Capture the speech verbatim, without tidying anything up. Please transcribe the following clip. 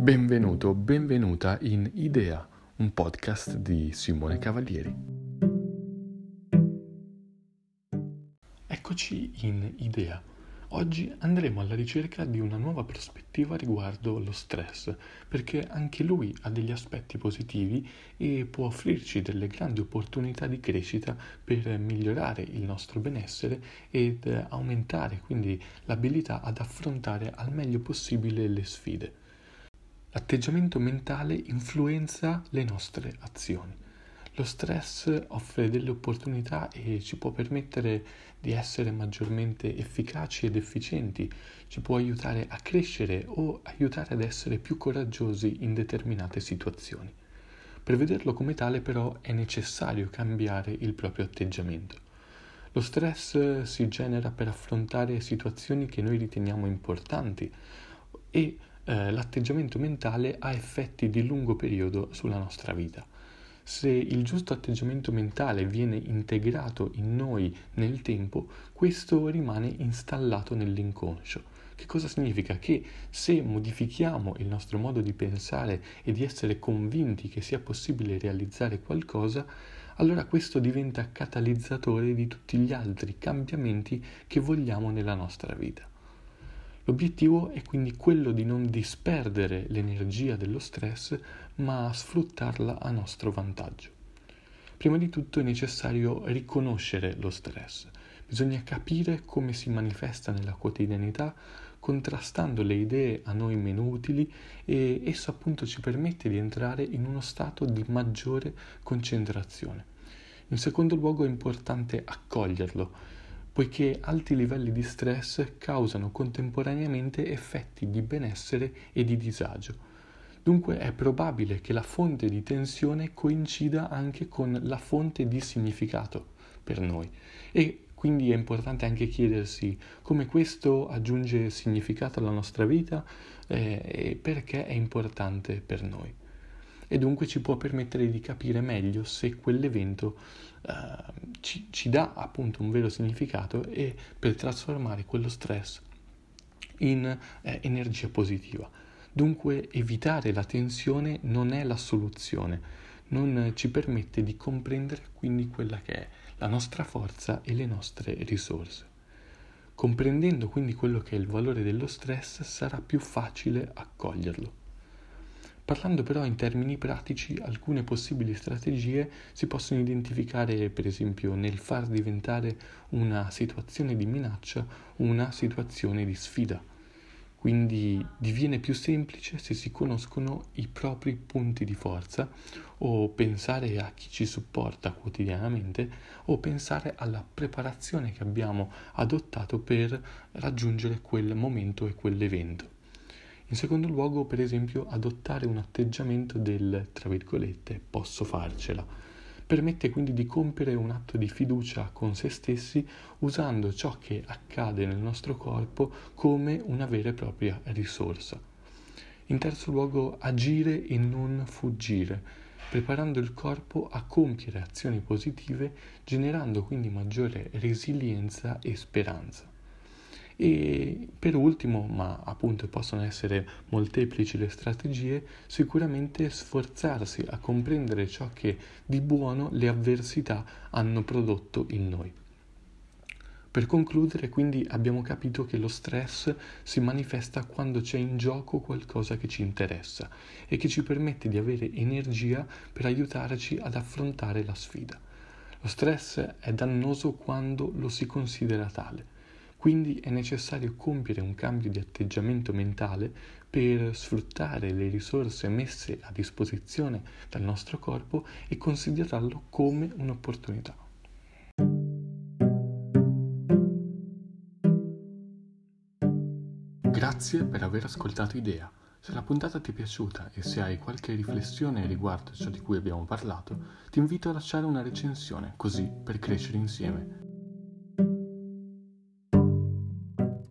Benvenuto, benvenuta in Idea, un podcast di Simone Cavalieri. Eccoci in Idea. Oggi andremo alla ricerca di una nuova prospettiva riguardo lo stress, perché anche lui ha degli aspetti positivi e può offrirci delle grandi opportunità di crescita per migliorare il nostro benessere ed aumentare quindi l'abilità ad affrontare al meglio possibile le sfide. L'atteggiamento mentale influenza le nostre azioni. Lo stress offre delle opportunità e ci può permettere di essere maggiormente efficaci ed efficienti, ci può aiutare a crescere o aiutare ad essere più coraggiosi in determinate situazioni. Per vederlo come tale però è necessario cambiare il proprio atteggiamento. Lo stress si genera per affrontare situazioni che noi riteniamo importanti e eh, l'atteggiamento mentale ha effetti di lungo periodo sulla nostra vita. Se il giusto atteggiamento mentale viene integrato in noi nel tempo, questo rimane installato nell'inconscio. Che cosa significa? Che se modifichiamo il nostro modo di pensare e di essere convinti che sia possibile realizzare qualcosa, allora questo diventa catalizzatore di tutti gli altri cambiamenti che vogliamo nella nostra vita. L'obiettivo è quindi quello di non disperdere l'energia dello stress, ma sfruttarla a nostro vantaggio. Prima di tutto è necessario riconoscere lo stress. Bisogna capire come si manifesta nella quotidianità, contrastando le idee a noi meno utili, e esso appunto ci permette di entrare in uno stato di maggiore concentrazione. In secondo luogo è importante accoglierlo, poiché alti livelli di stress causano contemporaneamente effetti di benessere e di disagio. Dunque è probabile che la fonte di tensione coincida anche con la fonte di significato per noi e quindi è importante anche chiedersi come questo aggiunge significato alla nostra vita eh, e perché è importante per noi. E dunque ci può permettere di capire meglio se quell'evento uh, ci, ci dà appunto un vero significato e per trasformare quello stress in eh, energia positiva. Dunque evitare la tensione non è la soluzione, non ci permette di comprendere quindi quella che è la nostra forza e le nostre risorse. Comprendendo quindi quello che è il valore dello stress sarà più facile accoglierlo. Parlando però in termini pratici, alcune possibili strategie si possono identificare per esempio nel far diventare una situazione di minaccia una situazione di sfida. Quindi diviene più semplice se si conoscono i propri punti di forza o pensare a chi ci supporta quotidianamente o pensare alla preparazione che abbiamo adottato per raggiungere quel momento e quell'evento. In secondo luogo, per esempio, adottare un atteggiamento del, tra virgolette, posso farcela. Permette quindi di compiere un atto di fiducia con se stessi usando ciò che accade nel nostro corpo come una vera e propria risorsa. In terzo luogo, agire e non fuggire, preparando il corpo a compiere azioni positive, generando quindi maggiore resilienza e speranza. E per ultimo, ma appunto possono essere molteplici le strategie, sicuramente sforzarsi a comprendere ciò che di buono le avversità hanno prodotto in noi. Per concludere, quindi, abbiamo capito che lo stress si manifesta quando c'è in gioco qualcosa che ci interessa e che ci permette di avere energia per aiutarci ad affrontare la sfida. Lo stress è dannoso quando lo si considera tale. Quindi è necessario compiere un cambio di atteggiamento mentale per sfruttare le risorse messe a disposizione dal nostro corpo e considerarlo come un'opportunità. Grazie per aver ascoltato Idea. Se la puntata ti è piaciuta e se hai qualche riflessione riguardo ciò di cui abbiamo parlato, ti invito a lasciare una recensione, così per crescere insieme.